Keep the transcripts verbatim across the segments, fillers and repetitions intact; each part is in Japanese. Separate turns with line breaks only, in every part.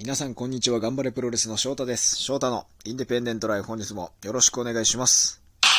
皆さんこんにちは。頑張れプロレスの翔太です。翔太のインディペンデントライフ、本日もよろしくお願いします。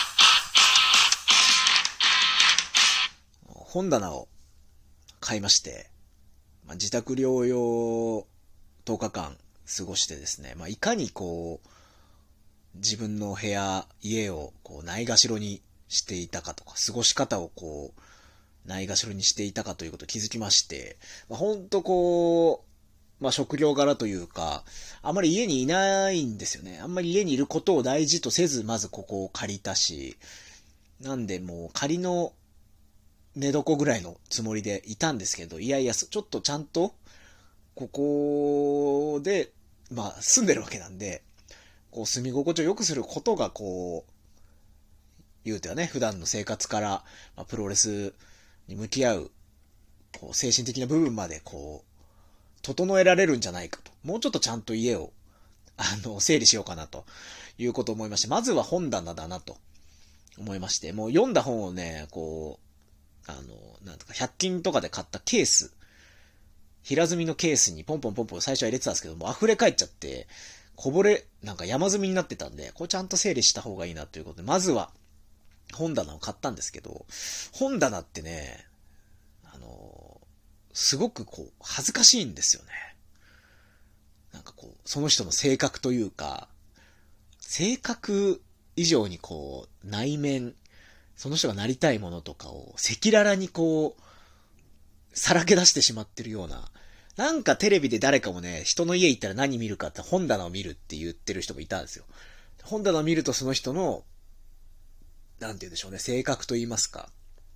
本棚を買いまして、まあ、自宅療養とおかかん過ごしてですね、まあ、いかにこう自分の部屋家をこうないがしろにしていたかとか、過ごし方をこうないがしろにしていたかということを気づきまして、まあ、ほんとこうまあ職業柄というか、あんまり家にいないんですよね。あんまり家にいることを大事とせず、まずここを借りたし、なんでもう仮の寝床ぐらいのつもりでいたんですけど、いやいや、ちょっとちゃんと、ここで、まあ住んでるわけなんで、こう住み心地を良くすることがこう、言うてはね、普段の生活から、まあ、プロレスに向き合う、こう精神的な部分までこう、整えられるんじゃないかと。もうちょっとちゃんと家を、あの、整理しようかなということを思いまして、まずは本棚だなと思いまして、もう読んだ本をね、こう、あの、なんとか、ひゃく均とかで買ったケース、平積みのケースにポンポンポンポン最初は入れてたんですけども、溢れ返っちゃって、こぼれ、なんか山積みになってたんで、これちゃんと整理した方がいいなということで、まずは本棚を買ったんですけど、本棚ってね、あの、すごくこう、恥ずかしいんですよね。なんかこう、その人の性格というか、性格以上にこう、内面、その人がなりたいものとかを赤裸々にこう、さらけ出してしまってるような、なんかテレビで誰かもね、人の家行ったら何見るかって本棚を見るって言ってる人もいたんですよ。本棚を見るとその人の、なんて言うんでしょうね、性格と言いますか、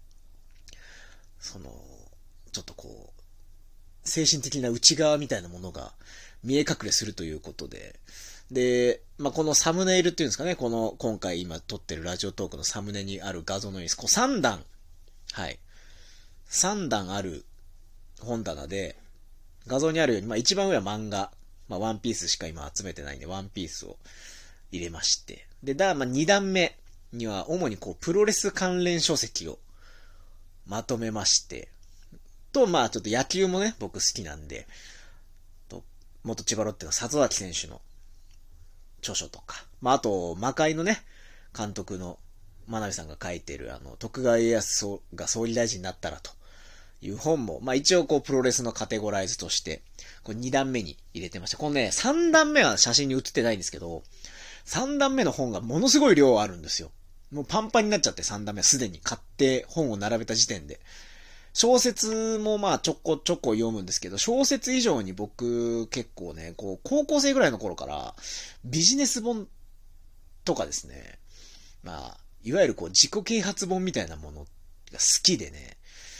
その、ちょっとこう、精神的な内側みたいなものが見え隠れするということで、で、まあ、このサムネイルっていうんですかね、この今回今撮ってるラジオトークのサムネにある画像のように、こうさん段、はい。さん段ある本棚で、画像にあるように、まあ、一番上は漫画、まあ、ワンピースしか今集めてないんで、ワンピースを入れまして、で、だ、まあ、に段目には主にこう、プロレス関連書籍をまとめまして、と、まあちょっと野球もね、僕好きなんで、と、元千葉ロッテの里崎選手の著書とか、まああと、魔界のね、監督の真鍋さんが書いてる、あの、徳川家康が総理大臣になったらという本も、まあ一応こう、プロレスのカテゴライズとして、これに段目に入れてました。このね、さん段目は写真に写ってないんですけど、さん段目の本がものすごい量あるんですよ。もうパンパンになっちゃってさん段目はすでに買って本を並べた時点で。小説もまあちょこちょこ読むんですけど、小説以上に僕結構ね、こう、高校生ぐらいの頃からビジネス本とかですね、まあ、いわゆるこう自己啓発本みたいなものが好きでね、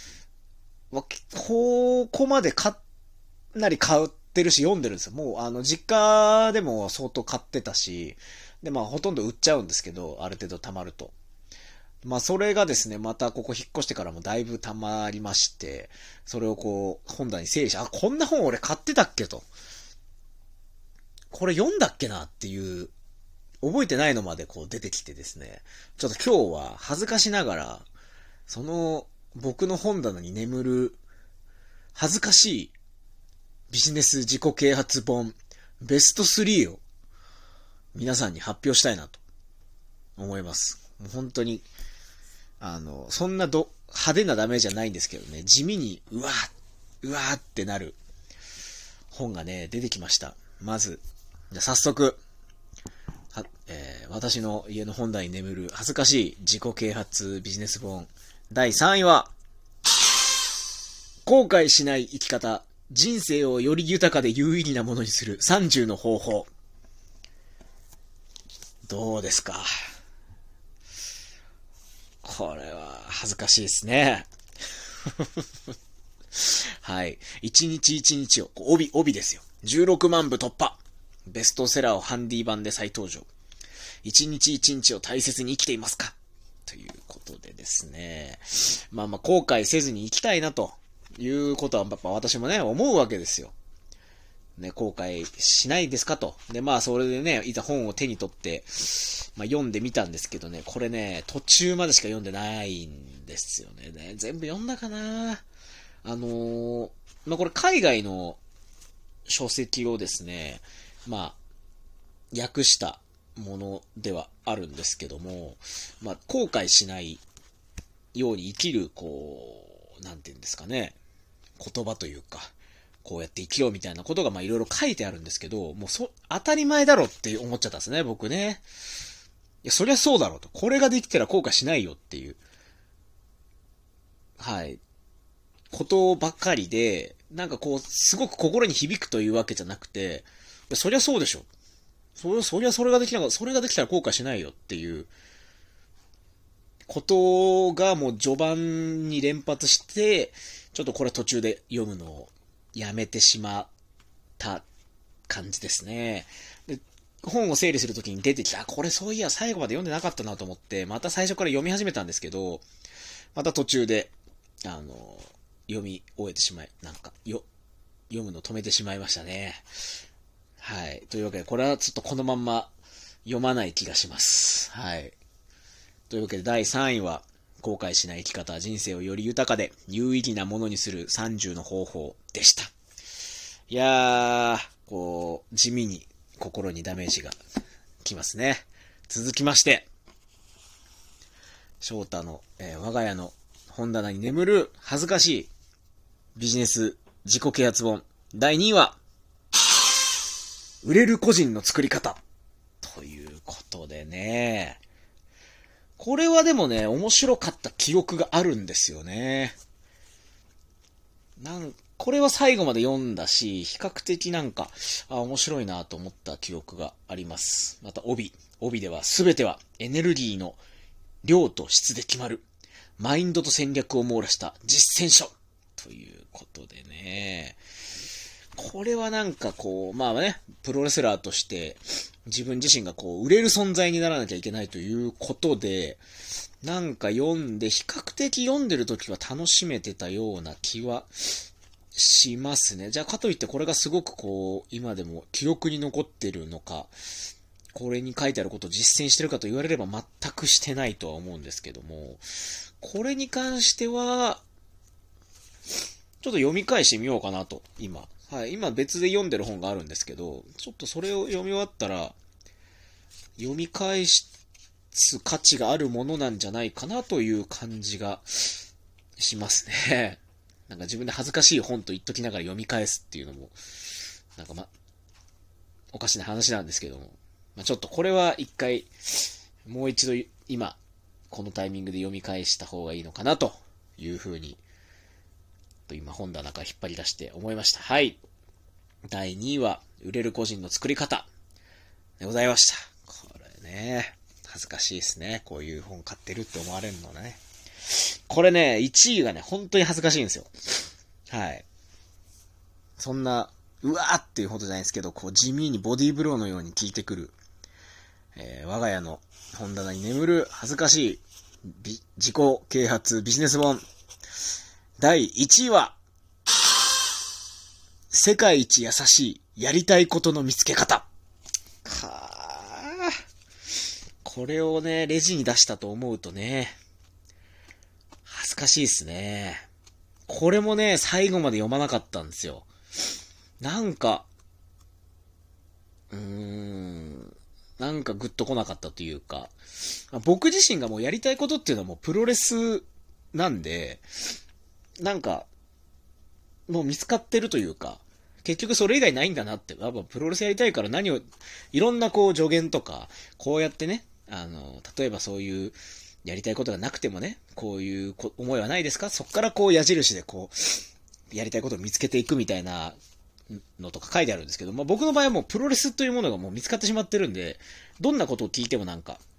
ここまでかなり買ってるし読んでるんですよ。もうあの実家でも相当買ってたし、でまあほとんど売っちゃうんですけど、ある程度貯まると。まあそれがですね、またここ引っ越してからもだいぶ溜まりまして、それをこう本棚に整理して、あ、こんな本俺買ってたっけと。これ読んだっけなっていう、覚えてないのまでこう出てきてですね、ちょっと今日は恥ずかしながら、その僕の本棚に眠る恥ずかしいビジネス自己啓発本ベストスリーを皆さんに発表したいなと思います。もう本当にあの、そんなど、派手なダメじゃないんですけどね、地味に、うわー、うわーってなる本がね、出てきました。まず、じゃあ早速、は、えー、私の家の本棚に眠る恥ずかしい自己啓発ビジネス本、だいさんいは、後悔しない生き方、人生をより豊かで有意義なものにするさんじゅうの方法。どうですか？これは恥ずかしいですね。はい。一日一日を、帯、帯ですよ。じゅうろくまんぶ突破。ベストセラーをハンディ版で再登場。一日一日を大切に生きていますか？ということでですね。まあまあ後悔せずに生きたいなということはやっぱ私もね、思うわけですよ。ね、後悔しないですかと。で、まあ、それでね、いざ本を手に取って、まあ、読んでみたんですけどね、これね、途中までしか読んでないんですよね。ね全部読んだかなあのー、まあ、これ海外の書籍をですね、まあ、訳したものではあるんですけども、まあ、後悔しないように生きる、こう、なんていうんですかね、言葉というか、こうやって生きようみたいなことがまあいろいろ書いてあるんですけど、もうそ、当たり前だろって思っちゃったんですね、僕ね。いや、そりゃそうだろうと。これができたら後悔しないよっていう。はい。ことばかりで、なんかこう、すごく心に響くというわけじゃなくて、いやそりゃそうでしょ。そりゃ、そりゃそれができなかった、それができたら後悔しないよっていうことがもう序盤に連発して、ちょっとこれ途中で読むのをやめてしまった感じですね。で、本を整理するときに出てきた、これそういや最後まで読んでなかったなと思って、また最初から読み始めたんですけど、また途中で、あの、読み終えてしまい、なんか、よ、読むの止めてしまいましたね。はい。というわけで、これはちょっとこのまんま読まない気がします。はい。というわけで、だいさんいは、後悔しない生き方、人生をより豊かで有意義なものにするさんじゅうの方法でした。いやー、こう、地味に心にダメージがきますね。続きまして、翔太の、えー、我が家の本棚に眠る恥ずかしいビジネス自己啓発本。だいにいは、売れる個人の作り方。ということでね。これはでもね、面白かった記憶があるんですよね。なん、これは最後まで読んだし、比較的なんか、あ、面白いなと思った記憶があります。また帯。帯では全てはエネルギーの量と質で決まる。マインドと戦略を網羅した実践書。ということでね。これはなんかこう、まあね、プロレスラーとして自分自身がこう、売れる存在にならなきゃいけないということで、なんか読んで、比較的読んでる時は楽しめてたような気はしますね。じゃあかといってこれがすごくこう、今でも記憶に残ってるのか、これに書いてあることを実践してるかと言われれば全くしてないとは思うんですけども、これに関しては、ちょっと読み返してみようかなと、今。はい、今別で読んでる本があるんですけど、ちょっとそれを読み終わったら、読み返す価値があるものなんじゃないかなという感じがしますね。なんか自分で恥ずかしい本と言っときながら読み返すっていうのも、なんかま、おかしな話なんですけども、まあ、ちょっとこれは一回、もう一度今、このタイミングで読み返した方がいいのかなというふうに、今本棚から引っ張り出して思いました。はい。だいにいは、売れる個人の作り方でございました。これね、恥ずかしいですね。こういう本買ってるって思われるのね。これね、いちいがね、本当に恥ずかしいんですよ。はい。そんな、うわーっていうほどじゃないですけど、こう地味にボディーブローのように効いてくる、えー、我が家の本棚に眠る恥ずかしい自己啓発ビジネス本。だいいちいは、世界一優しいやりたいことの見つけ方。はぁ。これをね、レジに出したと思うとね、恥ずかしいですね。これもね、最後まで読まなかったんですよ。なんか、うーん、なんかグッと来なかったというか、僕自身がもうやりたいことっていうのはもうプロレスなんで、なんか、もう見つかってるというか、結局それ以外ないんだなって、やっぱプロレスやりたいから何を、いろんなこう助言とか、こうやってね、あの、例えばそういう、やりたいことがなくてもね、こういう思いはないですか？そっからこう矢印でこう、やりたいことを見つけていくみたいなのとか書いてあるんですけど、まあ僕の場合はもうプロレスというものがもう見つかってしまってるんで、どんなことを聞いてもなんか、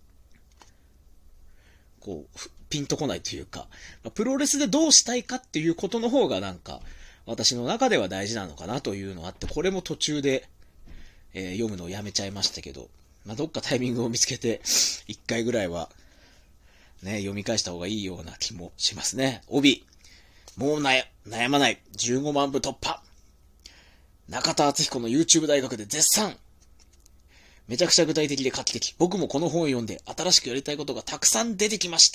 こう、ピンとこないというか、プロレスでどうしたいかっていうことの方がなんか、私の中では大事なのかなというのがあって、これも途中で、えー、読むのをやめちゃいましたけど、まあ、どっかタイミングを見つけて、一回ぐらいは、ね、読み返した方がいいような気もしますね。帯。もう悩、悩まない。じゅうごまんぶ突破。中田敦彦の YouTube 大学で絶賛。めちゃくちゃ具体的で画期的。僕もこの本を読んで新しくやりたいことがたくさん出てきました。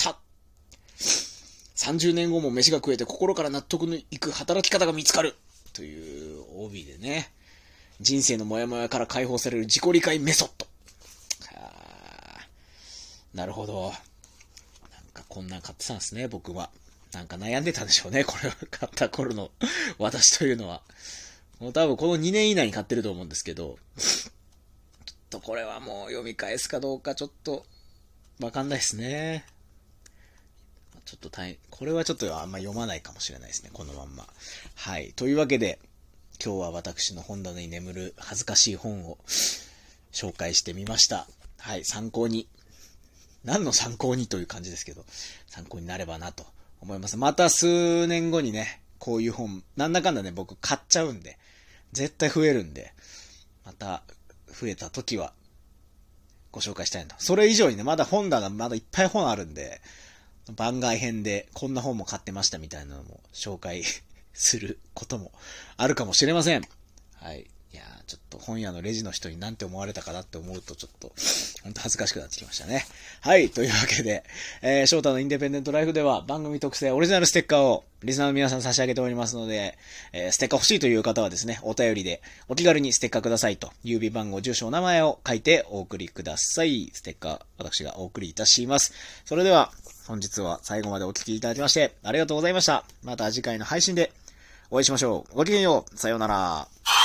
さんじゅうねんごも飯が食えて心から納得のいく働き方が見つかる。という帯でね、人生のモヤモヤから解放される自己理解メソッド。あなるほど。なんかこんなん買ってたんですね、僕は。なんか悩んでたんでしょうね、これを買った頃の私というのは。もう多分このにねん以内に買ってると思うんですけど、ちょっとこれはもう読み返すかどうかちょっとわかんないですね。ちょっと大変、これはちょっとあんま読まないかもしれないですね、このまんま。はい。というわけで、今日は私の本棚に眠る恥ずかしい本を紹介してみました。はい。参考に、何の参考にという感じですけど、参考になればなと思います。また数年後にね、こういう本、なんだかんだね、僕買っちゃうんで、絶対増えるんで、また増えた時はご紹介したいなと。それ以上にね、まだ本棚まだいっぱい本あるんで、番外編でこんな本も買ってましたみたいなのも紹介することもあるかもしれません。はい。いやー、ちょっと本屋のレジの人になんて思われたかなって思うとちょっと、ほんと恥ずかしくなってきましたね。はい。というわけで、えー、翔太のインディペンデントライフでは番組特製オリジナルステッカーをリスナーの皆さん差し上げておりますので、えー、ステッカー欲しいという方はですね、お便りでお気軽にステッカーくださいと、郵便番号、住所、お名前を書いてお送りください。ステッカー、私がお送りいたします。それでは、本日は最後までお聞きいただきましてありがとうございました。また次回の配信でお会いしましょう。ごきげんよう。さようなら。